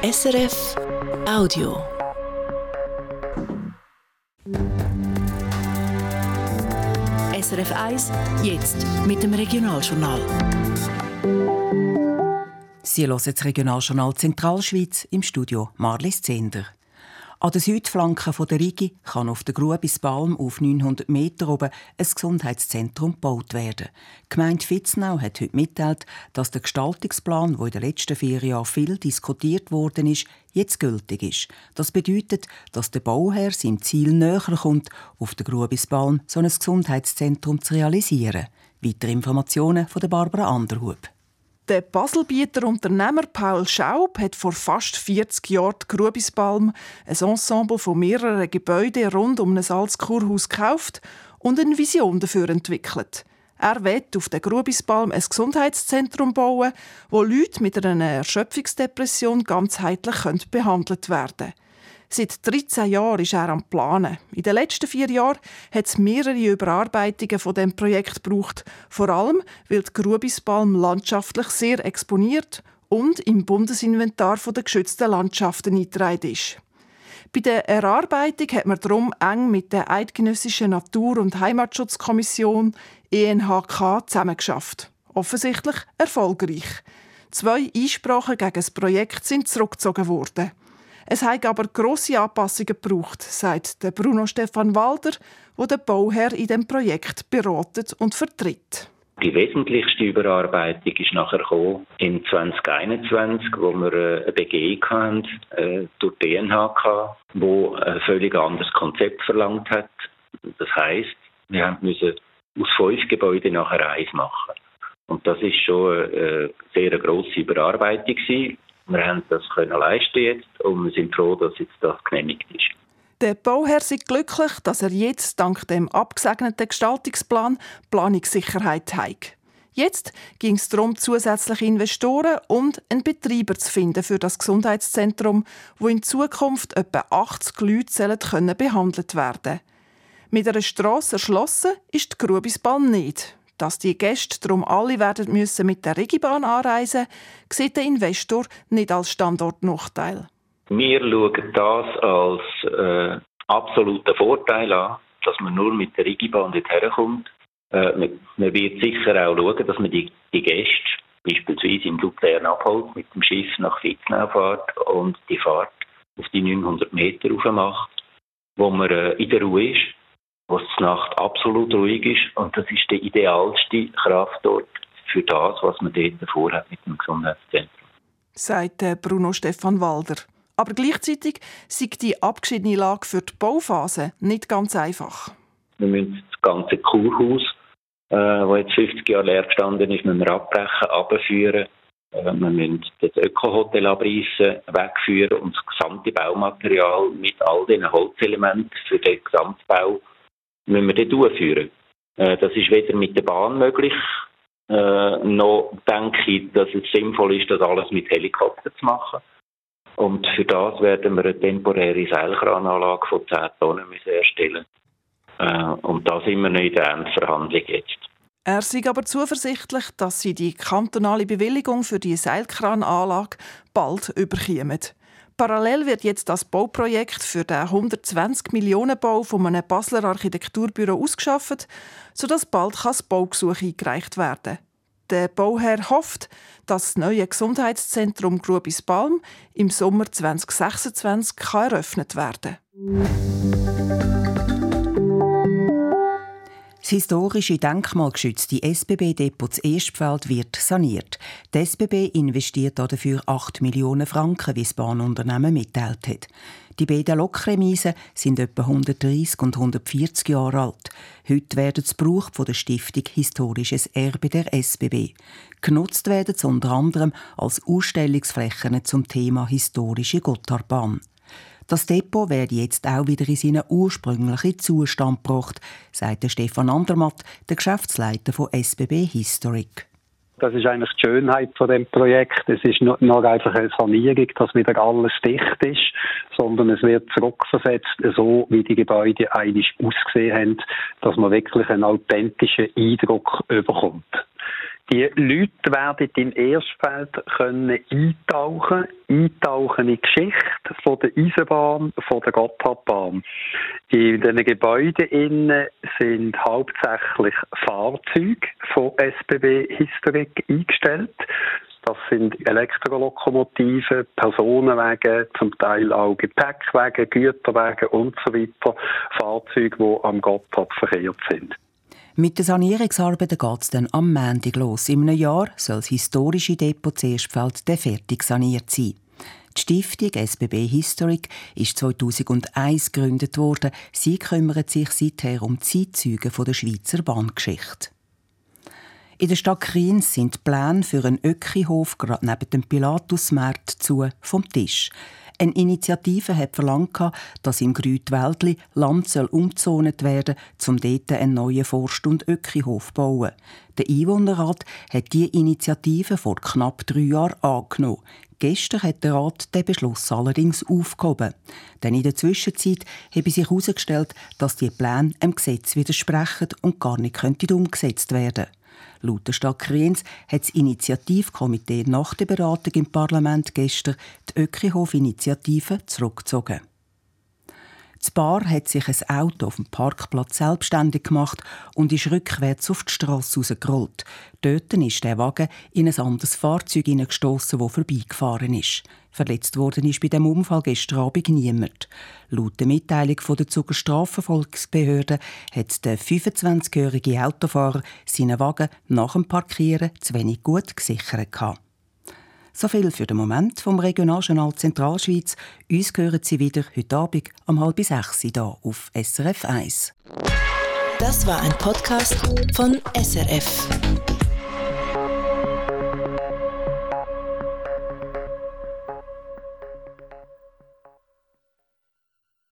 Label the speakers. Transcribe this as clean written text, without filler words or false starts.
Speaker 1: SRF Audio. SRF 1, jetzt mit dem Regionaljournal. Sie hören das Regionaljournal Zentralschweiz im Studio Marlies Zehnder. An der Südflanke der Rigi kann auf der Grubisbalm auf 900 Meter oben ein Gesundheitszentrum gebaut werden. Die Gemeinde Vitznau hat heute mitgeteilt, dass der Gestaltungsplan, der in den letzten 4 Jahren viel diskutiert worden ist, jetzt gültig ist. Das bedeutet, dass der Bauherr seinem Ziel näher kommt, auf der Grubisbalm so ein Gesundheitszentrum zu realisieren. Weitere Informationen von Barbara Anderhub.
Speaker 2: Der Baselbieter Unternehmer Paul Schaub hat vor fast 40 Jahren die Grubisbalm, ein Ensemble von mehreren Gebäuden rund um ein altes Kurhaus, gekauft und eine Vision dafür entwickelt. Er will auf der Grubisbalm ein Gesundheitszentrum bauen, wo Leute mit einer Erschöpfungsdepression ganzheitlich behandelt werden können. Seit 13 Jahren ist er am Planen. In den letzten 4 Jahren hat es mehrere Überarbeitungen von dem Projekt gebraucht. Vor allem, weil die Grubisbalm landschaftlich sehr exponiert und im Bundesinventar der geschützten Landschaften eingetragen ist. Bei der Erarbeitung hat man darum eng mit der Eidgenössischen Natur- und Heimatschutzkommission ENHK zusammengearbeitet. Offensichtlich erfolgreich. 2 Einsprachen gegen das Projekt sind zurückgezogen worden. Es hat aber grosse Anpassungen gebraucht, sagt Bruno Stefan Walder, der den Bauherr in diesem Projekt beratet und vertritt.
Speaker 3: Die wesentlichste Überarbeitung ist nachher gekommen in 2021, wo wir eine Begehung hatten durch die DNHK, wo ein völlig anderes Konzept verlangt hat. Das heisst, wir mussten aus 5 Gebäuden nachher 1 machen. Und das ist schon eine sehr grosse Überarbeitung gewesen. Wir haben das leisten jetzt und wir sind froh, dass jetzt das genehmigt ist.
Speaker 2: Der Bauherr ist glücklich, dass er jetzt dank dem abgesegneten Gestaltungsplan Planungssicherheit hat. Jetzt ging es darum, zusätzliche Investoren und einen Betreiber zu finden für das Gesundheitszentrum, wo in Zukunft etwa 80 Leute behandelt werden sollen. Mit einer Strasse erschlossen ist die Grubisbalm nicht. Dass die Gäste darum alle werden müssen mit der Rigibahn anreisen, sieht der Investor nicht als Standortnachteil.
Speaker 3: Wir schauen das als absoluten Vorteil an, dass man nur mit der Rigibahn dort herkommt. Man wird sicher auch schauen, dass man die Gäste beispielsweise in Luzern abholt, mit dem Schiff nach Vitznau fährt und die Fahrt auf die 900 Meter rauf macht, wo man in der Ruhe ist, wo es die Nacht absolut ruhig ist. Und das ist der idealste Kraftort für das, was man dort vorhat mit dem Gesundheitszentrum.
Speaker 2: Sagt Bruno Stefan Walder. Aber gleichzeitig sei die abgeschiedene Lage für die Bauphase nicht ganz einfach.
Speaker 3: Wir müssen das ganze Kurhaus, das jetzt 50 Jahre leer gestanden ist, müssen wir abbrechen, runterführen. Wir müssen das Ökohotel abreißen, wegführen und das gesamte Baumaterial mit all diesen Holzelementen für den Gesamtbau müssen wir dort durchführen. Das ist weder mit der Bahn möglich, noch denke ich, dass es sinnvoll ist, das alles mit Helikopter zu machen. Und für das werden wir eine temporäre Seilkrananlage von 10 Tonnen erstellen. Und da sind wir noch in der Endverhandlung jetzt.
Speaker 2: Er sei aber zuversichtlich, dass sie die kantonale Bewilligung für die Seilkrananlage bald überkommen. Parallel wird jetzt das Bauprojekt für den 120-Millionen-Bau von einem Basler Architekturbüro ausgeschafft, sodass bald das Baugesuch eingereicht werden kann. Der Bauherr hofft, dass das neue Gesundheitszentrum Grubisbalm im Sommer 2026 eröffnet werden kann.
Speaker 1: Das historische denkmalgeschützte SBB-Depot zu Erstfeld wird saniert. Die SBB investiert dafür 8 Millionen Franken, wie das Bahnunternehmen mitteilt hat. Die beiden Lokremise sind etwa 130 und 140 Jahre alt. Heute werden sie gebraucht von der Stiftung Historisches Erbe der SBB. Genutzt werden sie unter anderem als Ausstellungsflächen zum Thema historische Gotthardbahn. Das Depot werde jetzt auch wieder in seinen ursprünglichen Zustand gebracht, sagt Stefan Andermatt, der Geschäftsleiter von SBB Historic.
Speaker 4: Das ist eigentlich die Schönheit von dem Projekt. Es ist nicht nur einfach eine Sanierung, dass wieder alles dicht ist, sondern es wird zurückversetzt, so wie die Gebäude eigentlich ausgesehen haben, dass man wirklich einen authentischen Eindruck bekommt. Die Leute werden im Erstfeld können eintauchen in die Geschichte von der Eisenbahn, von der Gotthardbahn. In diesen Gebäuden innen sind hauptsächlich Fahrzeuge von SBB Historic eingestellt. Das sind Elektrolokomotiven, Personenwagen, zum Teil auch Gepäckwagen, Güterwagen und so weiter. Fahrzeuge, die am Gotthard verkehrt sind.
Speaker 1: Mit den Sanierungsarbeiten geht es dann am Montag los. In einem Jahr soll das historische Depot Zerstfeld fertig saniert sein. Die Stiftung SBB Historic ist 2001 gegründet worden. Sie kümmert sich seither um die Zeitzeugen der Schweizer Bahngeschichte. In der Stadt Kriens sind die Pläne für einen Ökkihof gerade neben dem Pilatusmarkt vom Tisch. Eine Initiative hat verlangt, dass im Grütwäldli Land umgezont werden soll, um dort einen neuen Forst- und Ökkihof zu bauen. Der Einwohnerrat hat diese Initiative vor knapp 3 Jahren angenommen. Gestern hat der Rat den Beschluss allerdings aufgehoben. Denn in der Zwischenzeit habe sich herausgestellt, dass die Pläne dem Gesetz widersprechen und gar nicht umgesetzt werden könnten. Laut der Stadt Kriens hat das Initiativkomitee nach der Beratung im Parlament gestern die Ökkihof-Initiative zurückgezogen. Das Paar hat sich ein Auto auf dem Parkplatz selbstständig gemacht und ist rückwärts auf die Strasse rausgerollt. Dort ist der Wagen in ein anderes Fahrzeug hineingestossen, das vorbeigefahren ist. Verletzt worden ist bei dem Unfall gestern Abend niemand. Laut der Mitteilung der Zuger Strafverfolgungsbehörde hat der 25-jährige Autofahrer seinen Wagen nach dem Parkieren zu wenig gut gesichert gehabt. So viel für den Moment vom Regionaljournal Zentralschweiz. Uns hören Sie wieder heute Abend um 5:30 hier auf SRF 1.
Speaker 5: Das war ein Podcast von SRF.